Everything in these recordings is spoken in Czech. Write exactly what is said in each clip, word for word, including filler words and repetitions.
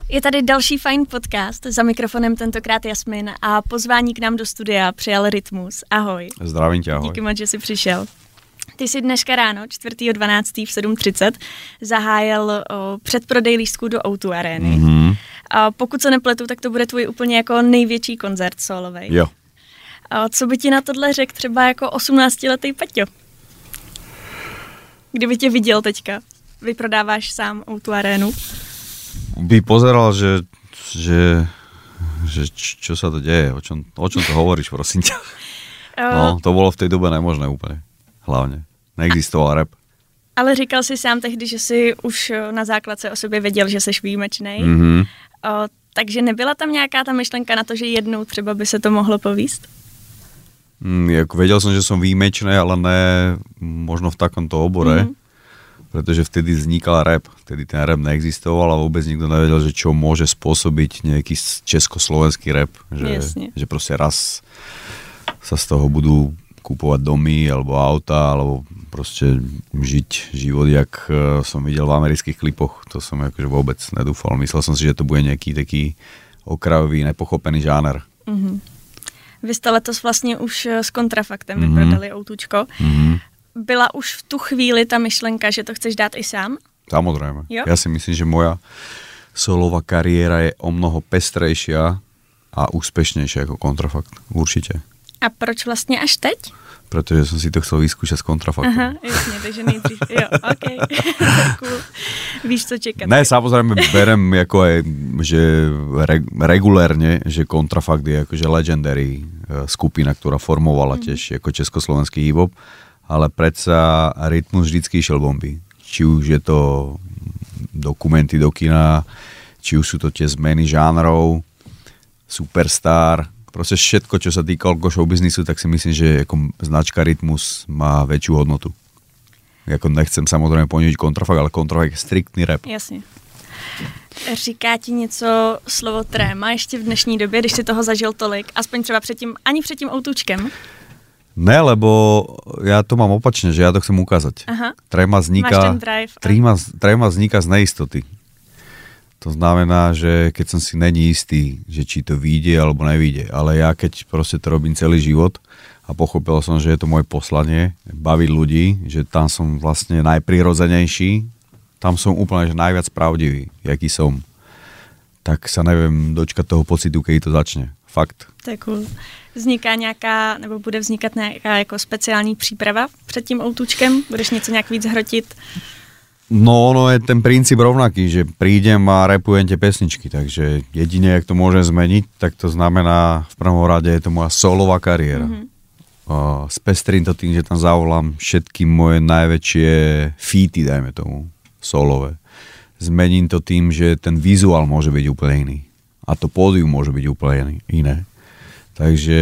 Je tady další fajn podcast, za mikrofonem tentokrát Jasmin a pozvání k nám do studia přijal Rytmus. Ahoj. Zdravím tě, ahoj. Díky moc, že jsi přišel. Ty jsi dneska ráno, čtvrtého dvanáctého v sedm třicet, zahájil o, předprodej lístků do ó dva arény. Mm-hmm. A pokud se nepletu, tak to bude tvůj úplně jako největší koncert solovej. Jo. A co by ti na tohle řekl třeba jako osmnáctiletý Paťo? Kdyby tě viděl teďka, vyprodáváš sám ó dva arénu? By pozeral, že, že, že čo sa to deje, o čom, o čom to hovoríš, prosím ťa. No, to bylo v té době nemožné úplně, hlavně. Neexistoval rap. Ale říkal jsi sám tehdy, že jsi už na základce o sobě věděl, že jsi výjimečnej. Mm-hmm. O, takže nebyla tam nějaká ta myšlenka na to, že jednou třeba by se to mohlo povíst? Mm, jako věděl jsem, že jsem výjimečný, ale ne možno v takomto obore. Mm-hmm. Protože vtedy vznikal rap, vtedy ten rap neexistoval a vůbec nikdo nevěděl, že čo může způsobit nějaký československý rap. Že, že prostě raz sa z toho budú kúpovať domy alebo auta, alebo prostě žiť život, jak som videl v amerických klipoch. To som akože vôbec nedúfal. Myslel som si, že to bude nejaký taký okrajový, nepochopený žáner. Mm-hmm. Vy jste letos vlastně už s Kontrafaktem mm-hmm. vyprodali autůčko. Mm-hmm. Byla už v tu chvíli ta myšlenka, že to chceš dát i sám? Samozrejme. Jo? Ja si myslím, že moja solová kariéra je o mnoho pestrejšia a úspešnejšia ako Kontrafakt. Určite. A proč vlastně až teď? Protože jsem si to chcel vyskúšať s Kontrafaktom. Aha, jasně, takže nejdřív. Jo, ok. Cool. Víš, co čekat. Ne, samozrejme berem jako aj, že re, regulérne, že Kontrafakt je akože legendary skupina, ktorá formovala mm. tiež ako československý hip-hop, ale predsa Rytmus vždycky išiel bomby. Či už je to dokumenty do kina, či už sú to tie zmeny žánrov, Superstar, prostě všetko, čo sa týkalo showbiznisu, tak si myslím, že jako značka Rytmus má väčšiu hodnotu. Jako nechcem samozřejmě ponižiť Kontrafakt, ale Kontrafakt je striktný rap. Jasně. Říká ti něco slovo tréma ještě v dnešní době, když si toho zažil tolik, aspoň třeba předtím, ani před tím autůčkem? Ne, lebo ja to mám opačne, že ja to chcem ukázať. Aha. Tréma vzniká, tréma, tréma vzniká z neistoty. To znamená, že keď som si není istý, že či to vyjde alebo nevyjde, ale ja keď proste to robím celý život a pochopil som, že je to moje poslanie baviť ľudí, že tam som vlastne najprirodzenejší, tam som úplne že najviac pravdivý, jaký som, tak sa neviem dočkať toho pocitu, keď to začne. Fakt. To je cool. Vzniká nějaká, nebo bude vznikat nějaká jako speciální příprava před tím autůčkem? Budeš něco nějak víc hrotit? No, no je ten princíp rovnaký, že prídem a rapujem tie pesničky, takže jedine, jak to môžem zmeniť, tak to znamená, v prvom rade je to moja solová kariéra. Mm-hmm. Uh, spestrím to tým, že tam zavolám všetky moje najväčšie featy, dajme tomu, solové. Zmením to tým, že ten vizuál môže byť úplne iný. A to pódium môže byť úplne iné. Takže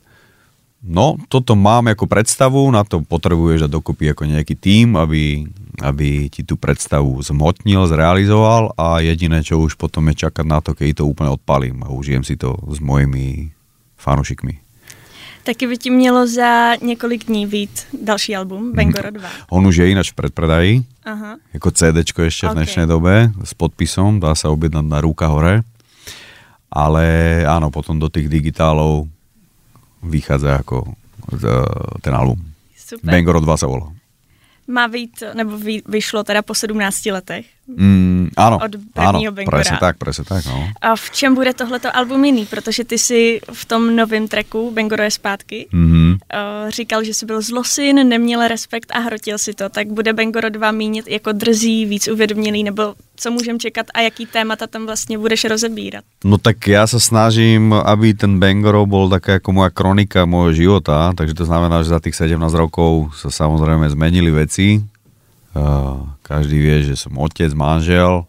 no, toto mám jako predstavu, na to potrebuješ dať dokopy jako nejaký tým, aby, aby ti tu predstavu zhmotnil, zrealizoval a jediné, čo už potom je čakať na to, keď to úplne odpalím a užijem si to s mojimi fanúšikmi. Taky by ti mělo za několik dní vyjít další album, Bangoro dva. On už je ináč v predpredaji, aha, jako CDčko ešte okay. V dnešnej dobe, s podpisom, dá sa objednať na Ruka hore. Ale áno, potom do tých digitálov vychádza jako ten album. Super. Bangoro dva sa volá. Má vyjít, nebo vy, vyšlo teda po sedmnácti letech. Mm, áno, od prvního áno, Bangora. presne tak, presne tak. No. A v čem bude tohleto album jiný? Protože ty si v tom novém tracku Bangoro je zpátky mm-hmm. uh, říkal, že jsi byl zlosin, neměl respekt a hrotil si to. Tak bude Bangoro dva mínit jako drzý, víc uvědomělý, nebo co můžem čekat a jaký témata tam vlastně budeš rozebírat? No tak ja sa snažím, aby ten Bangoro bol taká jako moja kronika môjho života, takže to znamená, že za tých sedemnásť rokov sa samozrejme zmenili veci. Uh, každý vie, že som otec, manžel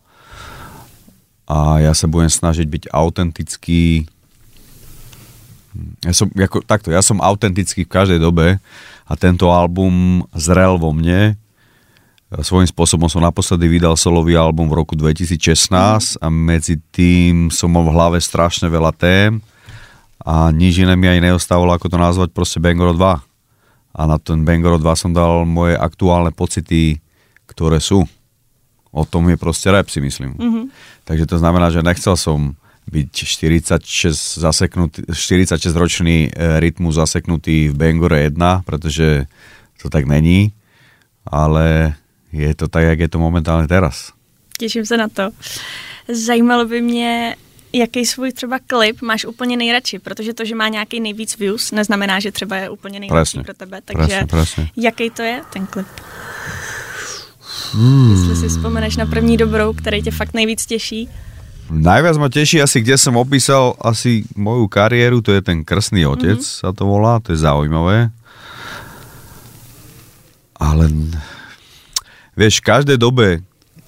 a ja sa budem snažiť byť autentický. Ja som, ako, takto, ja som autentický v každej dobe a tento album zrel vo mne. Svojím spôsobom som naposledy vydal solový album v roku dvetisícšestnásť a medzi tým som mal v hlave strašne veľa tém a nič iné mi aj neostávalo, ako to nazvať proste Bangoro dva. A na ten Bangoro dva som dal moje aktuálne pocity, ktoré sú. O tom je proste rap, si myslím. Mm-hmm. Takže to znamená, že nechcel som byť štyridsaťšesť zaseknutý, štyridsaťšesťročný rytmus zaseknutý v Bangore jedna, pretože to tak není, ale je to tak, jak je to momentálne teraz. Těším se na to. Zajímalo by mě, jaký svůj třeba klip máš úplně nejradši, protože to, že má nějaký nejvíc views, neznamená, že třeba je úplně nejlepší presne, pro tebe. Takže presne, presne. Jaký to je ten klip? Hmm. Jestli si vzpomeneš na první dobrou, který tě fakt nejvíc těší. Najviac ma teší asi, kde som opísal asi moju kariéru, to je ten Krstný otec, mm-hmm. sa to volá, to je zaujímavé. Ale vieš, v každej dobe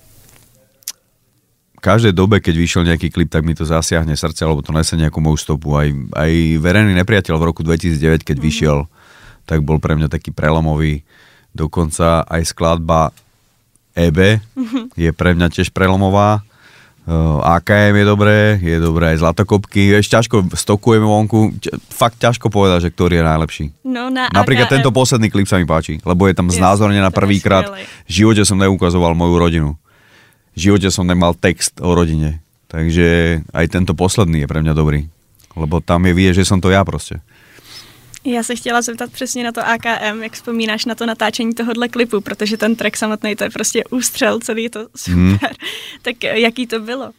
v každej dobe, keď vyšiel nejaký klip, tak mi to zasiahne srdce, alebo to nese nejakú moju stopu. Aj, aj Verejný nepriateľ v roku dvetisícdeväť, keď mm-hmm. vyšiel, tak bol pre mňa taký prelomový. Dokonca aj skladba é bé mm-hmm. je pre mňa tiež prelomová. á ká em je dobré, je dobré aj Zlatokopky. Vieš, ťažko stokujeme vonku, fakt ťažko povedať, že ktorý je najlepší. No, na Napríklad á ká em. Tento posledný klip sa mi páči, lebo je tam yes, znázornená prvýkrát. V živote som neukazoval moju rodinu. V živote som nemal text o rodine. Takže aj tento posledný je pre mňa dobrý. Lebo tam je vidieť, že som to ja proste. Já se chtěla zeptat přesně na to á ká em, jak vzpomínáš na to natáčení tohohle klipu, protože ten track samotný, to je prostě ústřel, celý je to super. Hmm. Tak jaký to bylo?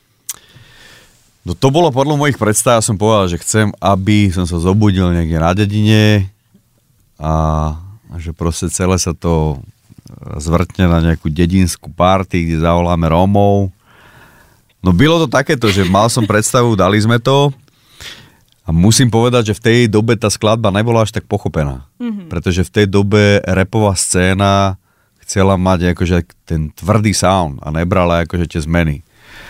No to bolo podľa mojich predstav, ja som povedal, že chcem, aby som sa zobudil niekde na dedine a že proste celé sa to zvrtne na nejakú dedinskú party, kde zavoláme Rómov. No bylo to takéto, že mal som predstavu, dali sme to. A musím povedať, že v tej dobe tá skladba nebola až tak pochopená. Mm-hmm. Pretože v tej dobe rapová scéna chcela mať akože ten tvrdý sound a nebrala akože tie zmeny.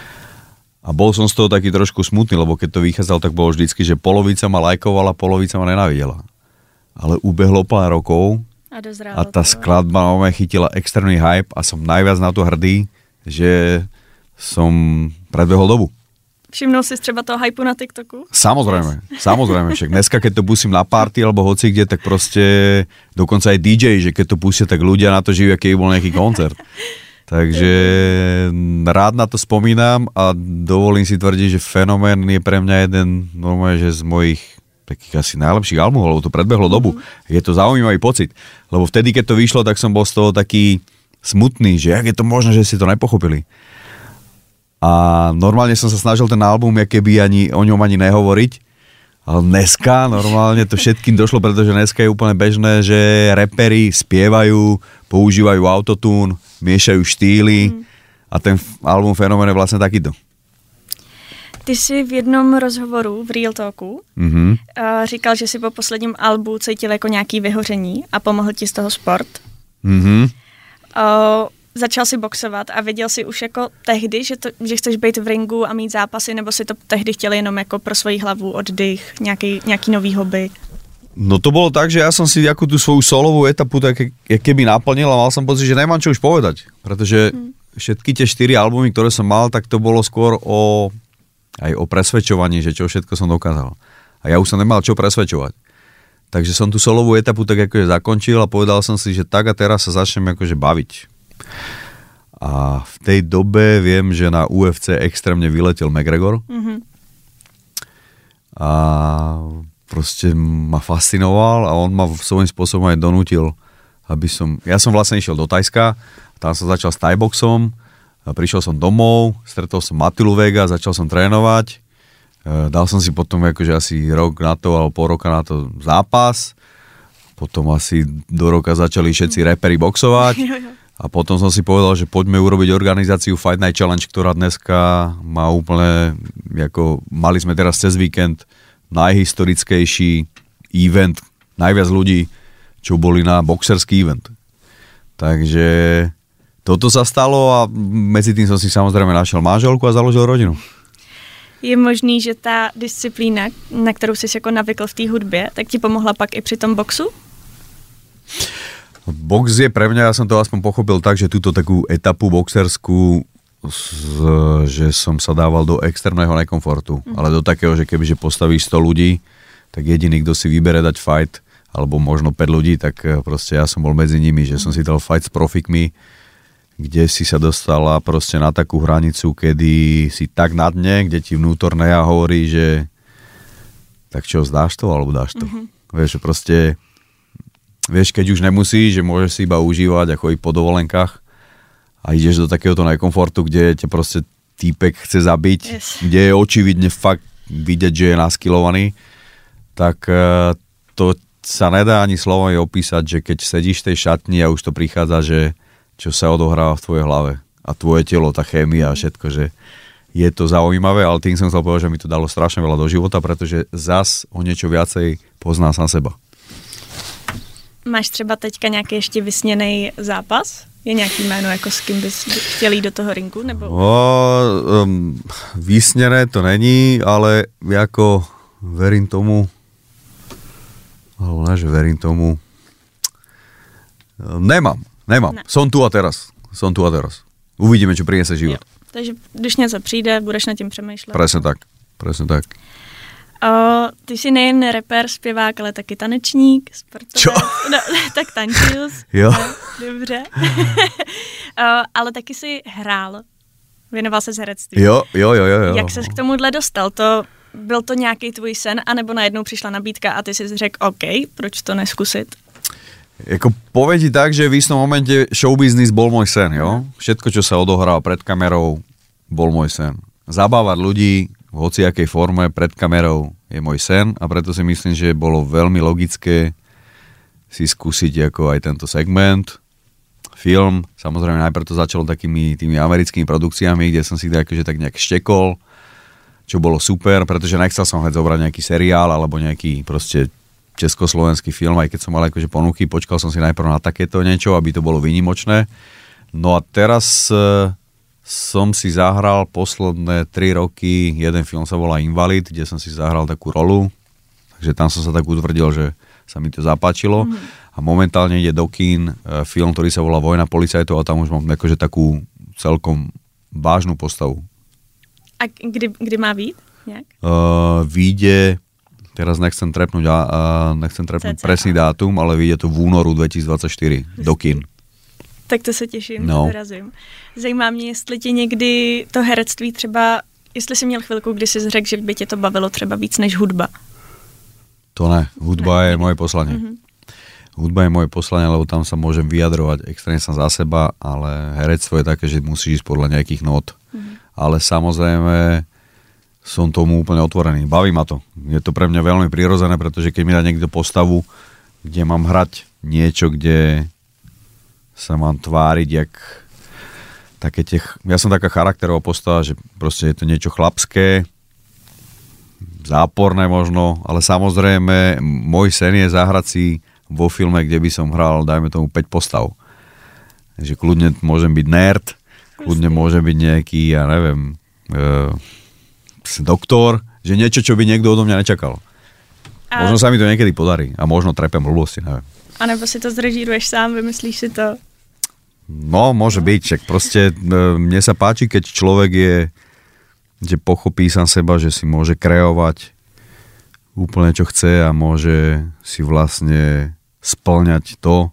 A bol som z toho taký trošku smutný, lebo keď to vychádzal, tak bolo vždycky, že polovica ma lajkovala, polovica ma nenávidela. Ale ubehlo pár rokov a, a tá skladba na mňa chytila extrémny hype a som najviac na to hrdý, že som predbehol dobu. Všimnul si třeba toho hypu na TikToku? Samozrejme, samozrejme. Však dneska, keď to pustím na party alebo hoci kde, tak proste dokonca aj dý džej, že keď to pustia, tak ľudia na to žijú, aký bol nejaký koncert. Takže rád na to spomínam a dovolím si tvrdiť, že Fenomén je pre mňa jeden normálne, že z mojich takých asi najlepších albumov, lebo to predbehlo dobu. Je to zaujímavý pocit, lebo vtedy, keď to vyšlo, tak som bol z toho taký smutný, že jak je to možné, že si to nepochopili. A normálne som sa snažil ten album, keby ani o ňom ani nehovoriť. Ale dneska normálne to všetkým došlo, pretože dneska je úplne bežné, že raperi spievajú, používajú autotune, miešajú štýly mm. a ten album Fenomén je vlastne takýto. Ty jsi v jednom rozhovoru v Real Talku mm-hmm. uh, říkal, že si po posledním albu cítil jako nějaký vyhoření a pomohl ti z toho sport. Mhm. Uh, Začal si boxovat a věděl si už jako tehdy, že, to, že chceš být v ringu a mít zápasy, nebo si to tehdy chtěl jenom jako pro svoji hlavu, oddych, nějaký, nějaký nový hobby? No to bolo tak, že ja som si ako tú svoju solovú etapu tak jak keby naplnil a mal som pocit, že nemám čo už povedať. Pretože hmm. všetky tie štyri albumy, ktoré som mal, tak to bolo skôr o, aj o presvedčovaní, že čo všetko som dokázal. A ja už som nemal čo presvedčovať. Takže som tú solovú etapu tak akože zakončil a povedal som si, že tak a teraz sa začnem akože baviť. A v tej dobe viem, že na ú ef cé extrémne vyletel McGregor. Mm-hmm. A proste ma fascinoval a on ma svojím spôsobom aj donútil, aby som... Ja som vlastne išiel do Tajska, tam som začal s thaiboxom, a prišiel som domov, stretol som Matilu Vega, začal som trénovať. Dal som si potom akože asi rok na to, alebo pol roka na to zápas. Potom asi do roka začali všetci raperi boxovať. A potom som si povedal, že poďme urobiť organizáciu Fight Night Challenge, ktorá dneska má úplne, ako mali sme teraz cez víkend najhistorickejší event, najviac ľudí, čo boli na boxerský event. Takže toto sa stalo a medzi tým som si samozrejme našiel manželku a založil rodinu. Je možný, že ta disciplína, na kterou jsi jako navykl v té hudbě, tak ti pomohla pak i při tom boxu? Box je pre mňa, ja som to aspoň pochopil tak, že túto takú etapu boxerskú, že som sa dával do extrémneho nekomfortu, mm. ale do takého, že kebyže postavíš sto ľudí, tak jediný, kto si vybere dať fight, alebo možno päť ľudí, tak proste ja som bol medzi nimi, že som si dal fight s profikmi, kde si sa dostala proste na takú hranicu, kedy si tak na dne, kde ti vnútorné ja hovorí, že tak čo, zdáš to, alebo dáš to? Mm-hmm. Vieš, proste, vieš, keď už nemusíš, že môžeš si iba užívať a chodiť po dovolenkách a ideš do takéhoto nekomfortu, kde ťa proste týpek chce zabiť, yes. kde je očividne fakt vidieť, že je naskilovaný, tak to sa nedá ani slovami opísať, že keď sedíš v tej šatni a už to prichádza, že čo sa odohráva v tvojej hlave a tvoje telo, tá chémia a všetko, že je to zaujímavé, ale tým som chcel povedať, že mi to dalo strašne veľa do života, pretože zas o niečo viacej pozná sám seba. Máš třeba teďka nějaký ještě vysněnej zápas? Je nějaký jméno, jako s kým bys chtěl jít do toho ringu? Nebo... O, um, vysněné to není, ale jako verím tomu, ale ne, že verím tomu, nemám. Nemám. Ne. Som tu a teraz. Som tu a teraz. Uvidíme, čo prinese život. Jo. Takže když něco přijde, budeš nad tím přemýšlet. Presne tak. Presne tak. O, ty jsi nejen rapper, zpěvák, ale taky tanečník, sportovec. Čo? No, tak tančil. Jo. Dobře. o, ale taky jsi hrál. Věnoval se z herectví. Jo, jo, jo, jo. Jak ses k tomuhle dostal? To, byl to nějaký tvůj sen, anebo najednou přišla nabídka a ty jsi řekl, OK, proč to neskusit? Jako povedi tak, že v istom momente showbiznis bol môj sen, jo? Všetko, čo sa odohralo pred kamerou, bol môj sen. Zabávať ľudí v hociakej forme pred kamerou je môj sen a preto si myslím, že bolo veľmi logické si skúsiť ako aj tento segment. Film, samozrejme najprv to začalo takými tými americkými produkciami, kde som si akože tak nejak štekol, čo bolo super, pretože nechcel som hneď zobrať nejaký seriál alebo nejaký proste československý film, aj keď som mal akože ponuky, počkal som si najprv na takéto niečo, aby to bolo výnimočné. No a teraz e, som si zahral posledné tri roky, jeden film sa volá Invalid, kde som si zahral takú rolu, takže tam som sa tak utvrdil, že sa mi to zapáčilo. Mm. A momentálne ide do kín e, film, ktorý sa volá Vojna policajtov a tam už mám akože takú celkom vážnu postavu. A kdy, kdy má výjít? Nejak? Uh, výjde Teraz nechcem trepnúť, a, a nechcem trepnúť presný dátum, ale vyjde to v únoru dvetisícdvadsaťštyri do kin. Tak to se těším, no. Vyrazím. Zajímá mě, jestli ti někdy to herectví třeba, jestli jsi měl chvilku, kdy jsi řekl, že by tě to bavilo třeba víc než hudba. To ne, hudba ne. je moje poslanie. Mm-hmm. Hudba je moje poslanie, lebo tam sa môžem vyjadrovať extrémne sa za seba, ale herectvo je také, že musíš ísť podľa nejakých nót. Mm-hmm. Ale samozrejme som tomu úplne otvorený. Baví ma to. Je to pre mňa veľmi prirodzené, pretože keď mi dá niekto postavu, kde mám hrať niečo, kde sa mám tváriť, jak také tie... Ja som taká charakterová postava, že proste je to niečo chlapské, záporné možno, ale samozrejme môj sen je zahrať si vo filme, kde by som hral, dajme tomu päť postav. Takže kľudne môžem byť nerd, kľudne môžem byť nejaký, ja neviem... Uh, doktor, že niečo, čo by niekto odo mňa nečakal. A... Možno sa mi to niekedy podarí a možno trepem blbosti, neviem. A nebo si to zrežíruješ sám, vymyslíš si to? No, môže byť, však proste mne sa páči, keď človek je, že pochopí sám seba, že si môže kreovať úplne čo chce a môže si vlastne spĺňať to,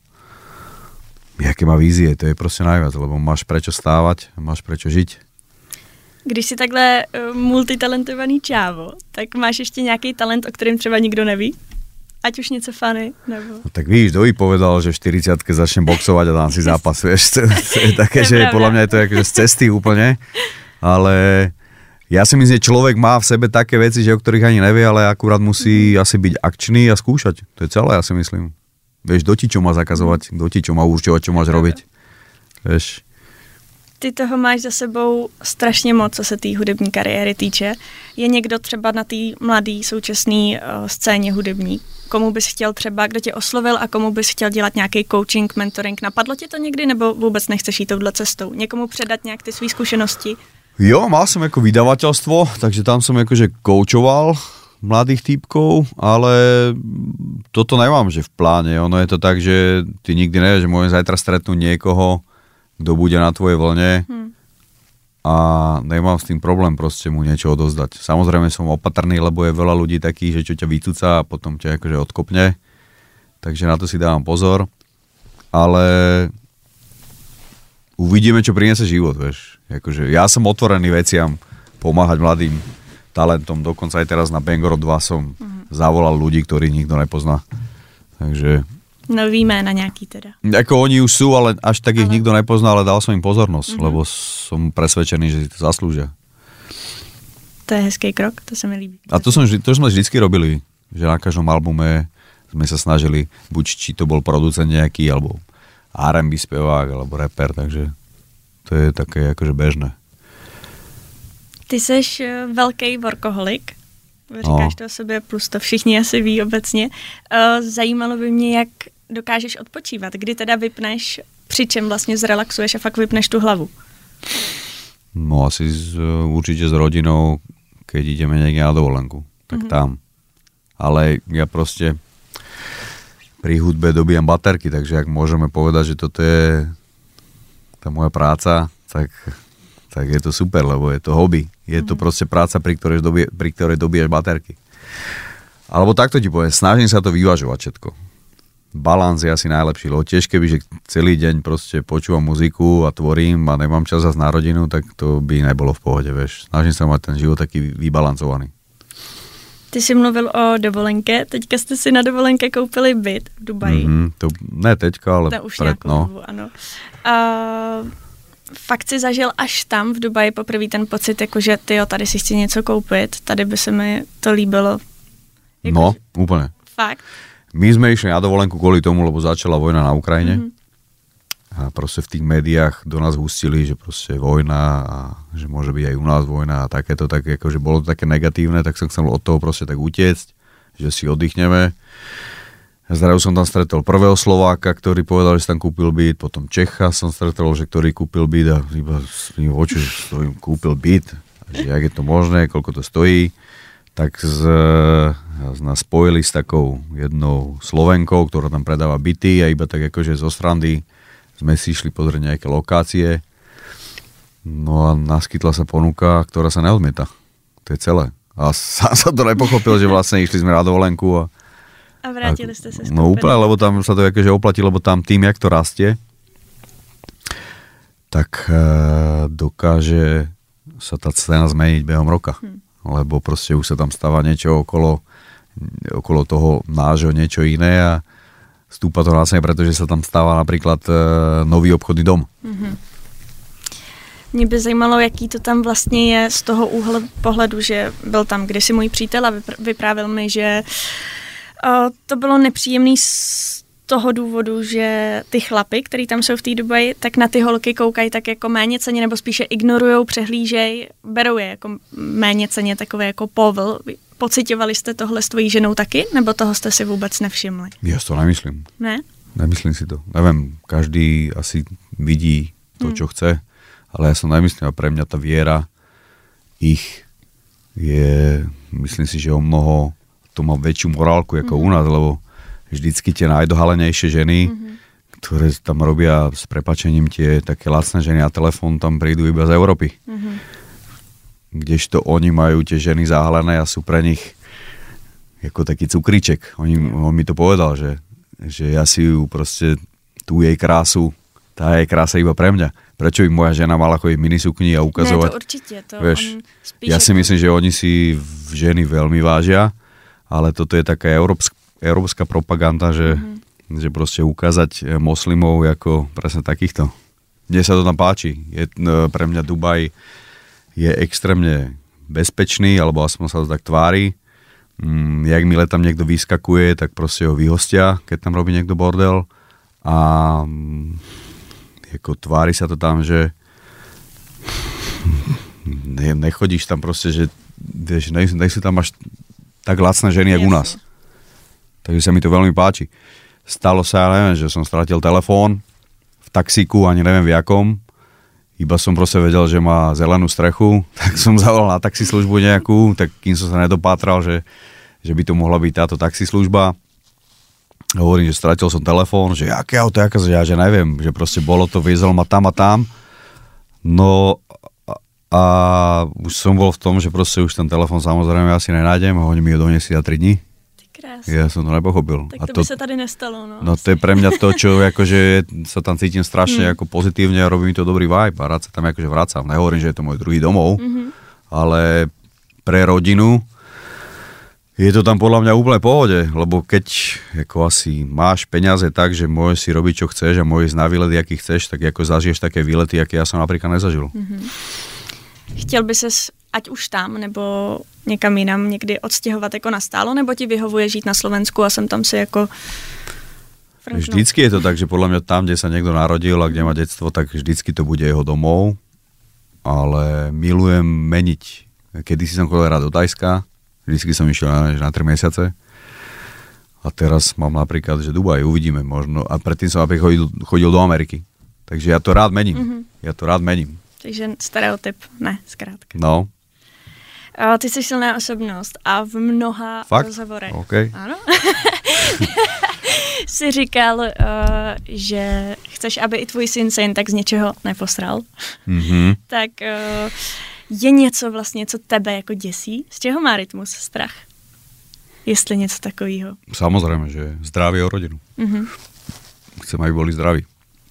jaké má vízie, to je proste najviac, lebo máš prečo stávať, máš prečo žiť. Když jsi takhle uh, multitalentovaný čávo, tak máš ještě nějaký talent, o kterém třeba nikdo neví? Ať už něco funny, nebo... No, tak víš, kdo jí povedal, že v štyridsiatke začnem boxovať a dám si zápas, vieš, to, to je také, že pravda. Podľa mňa je to akože z cesty úplne, ale ja si myslím, že človek má v sebe také veci, že o ktorých ani nevie, ale akurát musí mm. asi byť akčný a skúšať, to je celé, ja si myslím. Vieš, kdo ti čo má zakazovať, kdo ti čo má určovať, čo máš robiť, vieš. Ty toho máš za sebou strašně moc, co se té hudební kariéry týče. Je někdo třeba na té mladé současné uh, scéně hudební? Komu bys chtěl třeba, kdo tě oslovil a komu bys chtěl dělat nějaký coaching, mentoring? Napadlo tě to někdy, nebo vůbec nechceš jít touhle cestou? Někomu předat nějak ty svý zkušenosti? Jo, mal som ako vydavateľstvo, takže tam som akože koučoval mladých týpkov, ale toto nemám, že v pláne. Ono je to tak, že ty nikdy nevieš, že môžem zajtra stretnúť niekoho, kto bude na tvojej vlne hmm. a nemám s tým problém proste mu niečo odozdať. Samozrejme som opatrný, lebo je veľa ľudí takých, že čo ťa vycúca a potom ťa akože odkopne. Takže na to si dávam pozor. Ale uvidíme, čo priniesie život, vieš. Akože ja som otvorený veciam pomáhať mladým talentom. Dokonca aj teraz na Bangor dva som uh-huh. zavolal ľudí, ktorých nikto nepozná. Takže... Nový jména nějaký teda. Ako oni už sú, ale až tak ich ale... nikto nepozná, ale dal som im pozornosť, uh-huh. lebo som presvedčený, že si to zaslúžia. To je hezký krok, to sa mi líbí. A to, som, to sme vždycky robili, že na každom albume sme sa snažili, buď či to bol producent nejaký, alebo R and B spevák, alebo rapper, takže to je také akože bežné. Ty seš velký workoholik, říkáš no. to o sobě, plus to všichni asi ví obecně. Zajímalo by mě, jak dokážeš odpočívat, kdy teda vypneš, při čem vlastně zrelaxuješ a fakt vypneš tu hlavu. No asi z, určite s rodinou, keď ideme niekde na dovolenku, tak mm-hmm. tam. Ale ja proste pri hudbe dobíjam baterky, takže ak môžeme povedať, že toto je tá moja práca, tak, tak je to super, lebo je to hobby. Je to mm-hmm. proste práca, pri ktorej, dobie, pri ktorej dobíjaš baterky. Alebo takto ti poviem, snažím sa to vyvažovať všetko. Balans je asi najlepší, lebo tiež keby, že celý deň proste počúvam muziku a tvorím a nemám čas zase na rodinu, tak to by nebolo v pohode, vieš. Snažím sa mať ten život taký vybalancovaný. Ty jsi mluvil o dovolenke, teďka jste si na dovolenke koupili byt v Dubaji. Mm-hmm, to ne teďka, ale to už pred, no. Dobu, ano. A fakt si zažil až tam v Dubaji poprvé ten pocit, jakože tyjo, tady si chci něco koupit, tady by se mi to líbilo. Jako, no, úplne. Fakt? My sme išli na dovolenku kvôli tomu, lebo začala vojna na Ukrajine. Mm-hmm. A proste v tých médiách do nás hustili, že proste je vojna a že môže byť aj u nás vojna a takéto, tak akože bolo to také negatívne, tak som chcel od toho proste tak utiecť, že si oddychneme. Zrazu som tam stretol prvého Slováka, ktorý povedal, že si tam kúpil byt, potom Čecha som stretol, že ktorý kúpil byt a iba s ním v oči, že som kúpil byt, že jak je to možné, koľko to stojí. Tak z, z nás spojili s takou jednou Slovenkou, ktorá tam predáva byty a iba tak akože zo srandy sme si išli pozrieť nejaké lokácie. No a naskytla sa ponuka, ktorá sa neodmieta. To je celé. A sám som to nepochopil, že vlastne išli sme na dovolenku. A, a vrátili ste sa. No úplne, lebo tam sa to akože oplatí, lebo tam tým, jak to rastie, tak e, dokáže sa tá cena zmeniť behom roka. Hm. Lebo proste už sa tam stáva niečo okolo, okolo toho nášho niečo iné a stúpa to vlastne, pretože sa tam stáva napríklad e, nový obchodný dom. Mm-hmm. Mě by zajímalo, jaký to tam vlastně je z toho úhlu pohledu, že byl tam kdysi můj přítel a vyprávěl mi, že o, to bylo nepříjemný z toho důvodu, že ty chlapy, který tam jsou v té Dubaji, tak na ty holky koukají tak jako méně ceně, nebo spíše ignorujou, přehlížej, berou je jako méně ceně, takové jako povl. Pociťovali jste tohle s tvojí ženou taky, nebo toho jste si vůbec nevšimli? Ja to nemyslím. Ne? Nemyslím si to. Neviem, každý asi vidí to, čo hmm. chce, ale ja som nemyslím a pre mňa tá viera ich je, myslím si, že o mnoho, to má väčšiu morálku ako hmm. u nás, lebo vždycky tie najdohalenejšie ženy, mm-hmm. ktoré tam robia s prepačením tie také lacné ženy a telefón, tam prídu iba z Európy. Mm-hmm. Kdežto oni majú tie ženy zahalené a sú pre nich ako taký cukríček. Oni, on mi to povedal, že, že ja si ju proste, tú jej krásu, tá jej krása iba pre mňa. Prečo by moja žena mala chodiť v minisukni a ukazovať? Ne, to určite. To vieš, ja si myslím, že oni si ženy veľmi vážia, ale toto je taká európska európska propaganda, že, mm-hmm. že proste ukázať moslimov ako presne takýchto. Mne sa to tam páči. Je, pre mňa Dubaj je extrémne bezpečný, alebo aspoň sa to tak tvári. Mm, jak mile tam niekto vyskakuje, tak proste ho vyhostia, keď tam robí niekto bordel. A mm, ako tvári sa to tam, že ne, nechodíš tam proste, že vieš, ne, ne sú tam až tak lacné ženy, jak u nás. Takže sa mi to veľmi páči. Stalo sa, ja neviem, že som stratil telefón v taxíku, ani neviem v jakom. Iba som proste vedel, že má zelenú strechu, tak som zavolal na taxislužbu nejakú, tak kým som sa nedopátral, že, že by to mohla byť táto taxislužba. Hovorím, že stratil som telefón, že aké auto, aké, ja že neviem, že proste bolo to, viezol ma tam a tam. No a už som bol v tom, že proste už ten telefón samozrejme asi nenájdem a oni mi ho doniesli za tri dni. Krásne. Ja som to nepochopil. Tak a to, to by sa tady nestalo, no. No to je pre mňa to, čo akože sa tam cítim strašne mm. ako pozitívne a robí mi to dobrý vibe a rád sa tam akože vracam. Nehovorím, že je to môj druhý domov, mm-hmm. ale pre rodinu je to tam podľa mňa úplne pohode, lebo keď ako asi máš peniaze tak, že môžeš si robiť, čo chceš a môžeš na výlety, aký chceš, tak ako zažiješ také výlety, aké ja som napríklad nezažil. Mm-hmm. Chtěl by ses, ať už tam, nebo někam jinam, někdy odstěhovat jako nastálo, nebo ti vyhovuje žít na Slovensku a jsem tam si jako... Frankno. Vždycky je to tak, že podľa mňa tam, kde sa niekto narodil a kde má detstvo, tak vždycky to bude jeho domov, ale milujem meniť. Kedysi som chodil rád do Tajska, vždycky som išiel na, na tri mesiace a teraz mám napríklad, že Dubaj, uvidíme možno, a predtým som napríklad chodil, chodil do Ameriky. Takže ja to rád mením. Mm-hmm. Ja to rád mením. Takže stereotyp, ne, zkrátka. No. A ty jsi silná osobnost a v mnoha Fakt? rozhovorech. Okay. Ano. jsi říkal, uh, že chceš, aby i tvůj syn se jen tak z něčeho neposral. Mm-hmm. Tak uh, je něco vlastně, co tebe jako děsí? Z čeho má Rytmus strach? Jestli něco takového. Samozrejme, že zdravie o rodinu. Mm-hmm. Chcem, aby boli zdraví.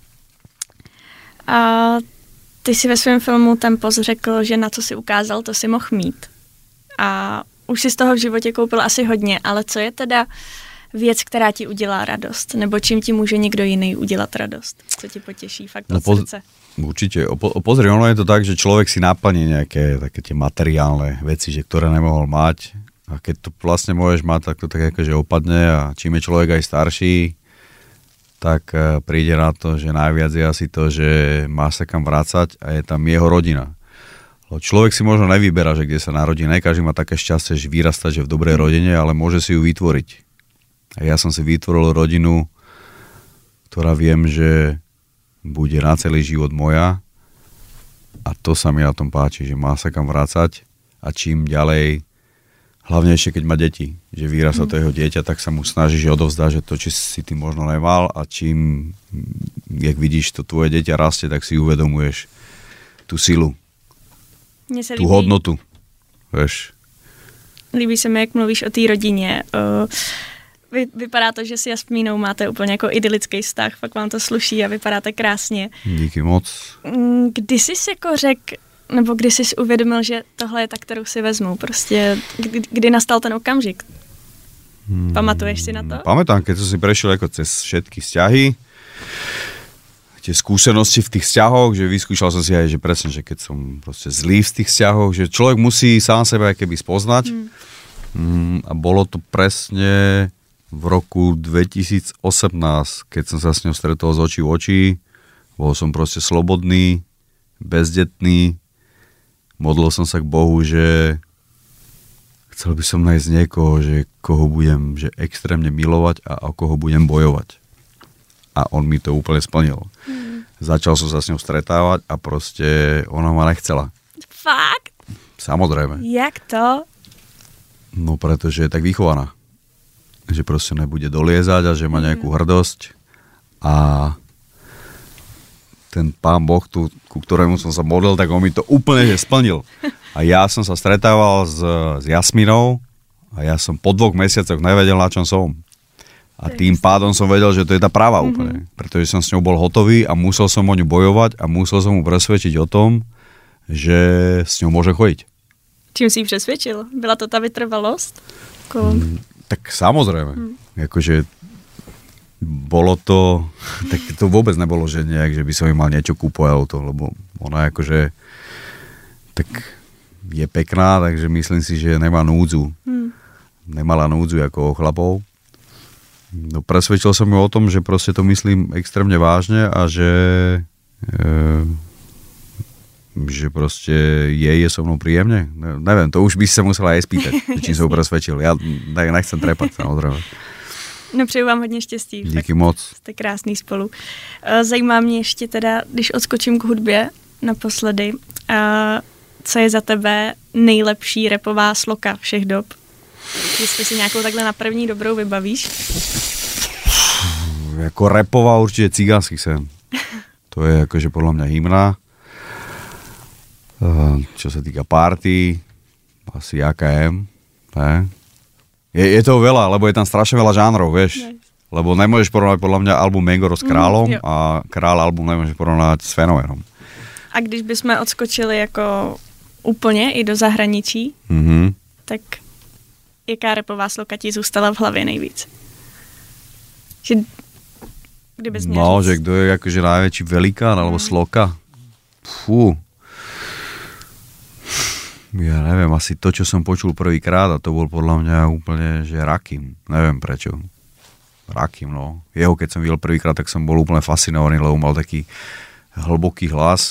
A ty si ve svém filmu Tempos řekl, že na co si ukázal, to si mohl mít. A už si z toho v životě koupil asi hodně, ale co je teda věc, která ti udělá radost? Nebo čím ti může někdo jiný udělat radost? Co ti potěší fakt od no, poz- srdce? Určite. Po- pozri, ono je to tak, že človek si naplní nejaké také tie materiálne veci, že ktoré nemohol mať. A keď to vlastne môžeš mať, tak to tak akože opadne a čím je človek aj starší, tak príde na to, že najviac je asi to, že má sa kam vrácať a je tam jeho rodina. Človek si možno nevyberá, že kde sa narodí. Ne každý má také šťastie, že vyrastať že v dobrej rodine, ale môže si ju vytvoriť. A ja som si vytvoril rodinu, ktorá viem, že bude na celý život moja a to sa mi na tom páči, že má sa kam vrácať a čím ďalej, hlavne ešte keď má deti, že vyrastá to jeho dieťa, tak sa mu snaží, že odovzdá, že to, či si ty možno nemal a čím, jak vidíš to tvoje dieťa rastie, tak si uvedomuješ tú silu, tú hodnotu, vieš. Líbí se mi, jak mluvíš o té rodině. Uh, vy, vypadá to, že si Jasmínou máte úplně jako idylický vztah, fakt vám to sluší a vypadáte krásně. Díky moc. Kdy jsi jako řekl, nebo kdy jsi uvědomil, že tohle je ta, kterou si vezmu? Prostě kdy, kdy nastal ten okamžik? Hmm, Pamatuješ si na to? Pamätám, keď som si prešiel ako cez všetky vzťahy, tie skúsenosti v tých vzťahoch, že vyskúšal som si aj, že presne, že keď som proste zlý v tých vzťahoch, že človek musí sám seba keby spoznať. Hmm. Hmm, a bolo to presne v roku dvetisícosemnásť, keď som sa s ňou stretol z očí v oči. Bol som proste slobodný, bezdetný. Modlil som sa k Bohu, že chcel by som nájsť niekoho, že koho budem že extrémne milovať a o koho budem bojovať. A on mi to úplne splnil. Hmm. Začal som sa s ňou stretávať a proste ona ma nechcela. Fakt? Samozrejme. Jak to? No pretože je tak vychovaná. Že proste nebude doliezať a že má nejakú hrdosť. A ten pán Boh, tu, ku ktorému som sa modlil, tak on mi to úplne že splnil. A ja som sa stretával s, s Jasminou a ja som po dvoch mesiacoch nevedel, na čom som. A tým pádom som vedel, že to je tá práva mm-hmm. úplne. Pretože som s ňou bol hotový a musel som o ňu bojovať a musel som mu presvedčiť o tom, že s ňou môže chodiť. Čím si ji přesvědčil? Byla to ta vytrvalost? Ko... Mm, tak samozrejme. Mm. Akože bolo to, tak to vôbec nebolo, že nejak, že by som im mal niečo kúpovať to, lebo ona akože tak je pekná, takže myslím si, že nemá núdzu. Mm. Nemala núdzu ako chlapov. No presvedčil som ju o tom, že proste to myslím extrémne vážne a že e, že proste jej je so mnou príjemne. Ne, neviem, to už by si sa musela aj spýtať, čím som ho presvedčil. Ja nechcem trepať, samozrejme. No přeju vám hodně štěstí. Díky moc. Jste krásný spolu. Zajímá mě ještě teda, když odskočím k hudbě naposledy, co je za tebe nejlepší rapová sloka všech dob? Jestli si nějakou takhle na první dobrou vybavíš? Jako rapová určitě Cigánsky sen. To je jakože podľa mňa hymna. Čo sa týka party, asi á ká em, ne? Je, je toho veľa, lebo je tam strašne veľa žánrov, vieš. Nice. Lebo nemôžeš porovnať podľa mňa album Mengoro s Králom mm, a Král album nemôžeš porovnať s Fenoménom. A když bychom odskočili jako úplně i do zahraničí, mm-hmm. tak jaká rapová sloka ti zůstala v hlavě nejvíc? Že, kdybys měl no, říct. že kdo je akože najväčší velikán alebo mm. sloka? Fú. Ja neviem, asi to, čo som počul prvýkrát, a to bol podľa mňa úplne, že Rakim. Neviem prečo. Rakim, no. Jeho, keď som videl prvýkrát, tak som bol úplne fascinovaný, lebo mal taký hlboký hlas,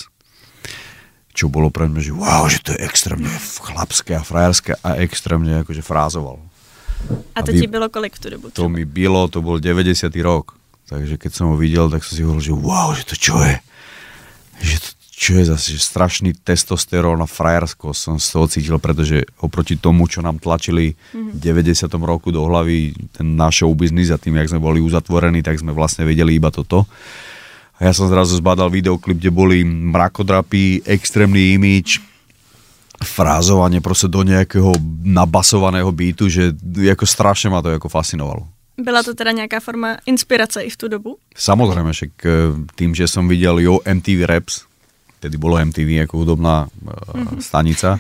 čo bolo pre mňa, že wow, že to je extrémne chlapské a frajerské a extrémne akože frázoval. A to Aby, ti bylo kolik v tú dobu? To mi bylo, to bol deväťdesiaty rok. Takže keď som ho videl, tak som si hovoril, že wow, že to čo je? Že to čo je zase, že strašný testosterón a frajersko som z toho cítil, pretože oproti tomu, čo nám tlačili v deväťdesiatom roku do hlavy ten náš showbiznis a tým, jak sme boli uzatvorení, tak sme vlastne vedeli iba toto. A ja som zrazu zbadal videoklip, kde boli mrakodrapy, extrémny imidž, frázovanie proste do nejakého nabasovaného beatu, že ako strašne ma to ako fascinovalo. Byla to teda nejaká forma inspirace i v tú dobu? Samozrejme, však tým, že som videl jo em té vé Raps, tedy bolo em té vé ako hudobná uh, stanica,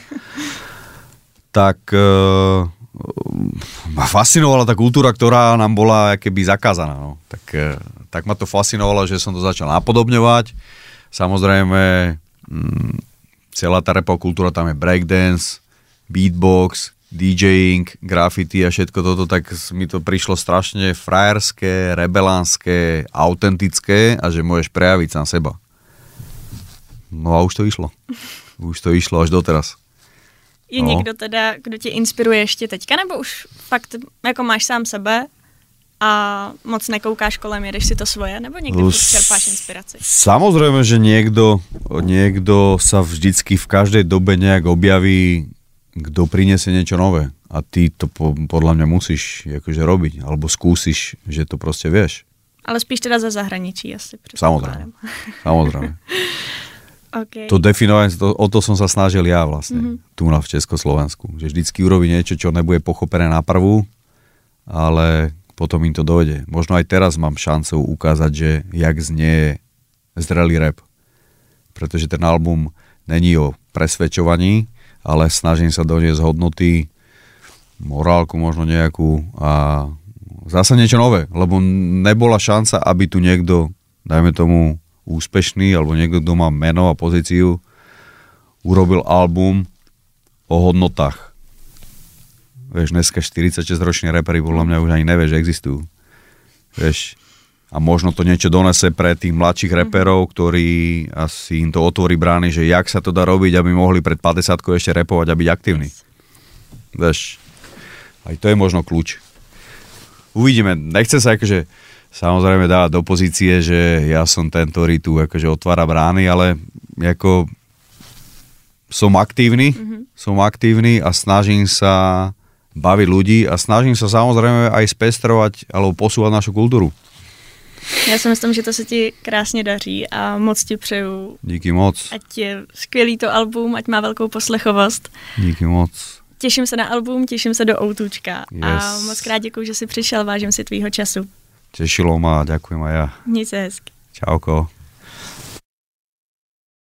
tak uh, ma fascinovala tá kultúra, ktorá nám bola keby zakázaná. No. Tak, uh, tak ma to fascinovalo, že som to začal napodobňovať. Samozrejme, um, celá tá rapová kultúra, tam je breakdance, beatbox, DJing, graffiti a všetko toto, tak mi to prišlo strašne frajerské, rebelánske, autentické a že môžeš prejaviť sám seba. No a už to išlo. Už to išlo až doteraz. Je no. Někdo teda, kdo tě inspiruje ještě teďka, nebo už fakt jako máš sám sebe a moc nekoukáš kolem, jedeš si to svoje, nebo někdy už čerpáš inspiraci? Samozrejme, že niekto, niekto sa vždycky v každej dobe nejak objaví, kto priniesie niečo nové. A ty to po, podľa mňa musíš akože robiť, alebo skúsiš, že to proste vieš. Ale spíš teda za zahraničí asi. Samozrejme. Samozrejme. Okay. To definovanie, to, o to som sa snažil ja vlastne, mm-hmm. tu na v Československu. Že vždycky urobí niečo, čo nebude pochopené na prvú, ale potom im to dojde. Možno aj teraz mám šancu ukázať, že jak znie zrelý rap. Pretože ten album není o presvedčovaní, ale snažím sa doniesť hodnoty, morálku možno nejakú a zase niečo nové. Lebo nebola šanca, aby tu niekto, dajme tomu, úspešný, alebo niekto, kto má meno a pozíciu, urobil album o hodnotách. Vieš, dneska štyridsaťšesťroční reperi podľa mňa už ani nevie, že existujú. Vieš, a možno to niečo donese pre tých mladších reperov, ktorí asi im to otvorí brány, že jak sa to dá robiť, aby mohli pred päťdesiatkou ešte repovať a byť aktívni. Vieš, aj to je možno kľúč. Uvidíme, nechcem sa akože samozrejme dávať do pozície, že ja som ten, ktorý tu akože otvára brány, ale ako som aktívny, mm-hmm. som aktívny a snažím sa baviť ľudí a snažím sa samozrejme aj spestrovať alebo posúvať našu kultúru. Já si myslím, že to se ti krásně daří a moc ti přeju. Díky moc. Ať je skvělý to album, ať má velkou poslechovost. Díky moc. Těším se na album, těším se do Outůčka. Yes. A moc krát děkuju, že jsi přišel, vážím si tvýho času. Tešilo ma, ďakujem aj ja. Měj se hezky. Čauko.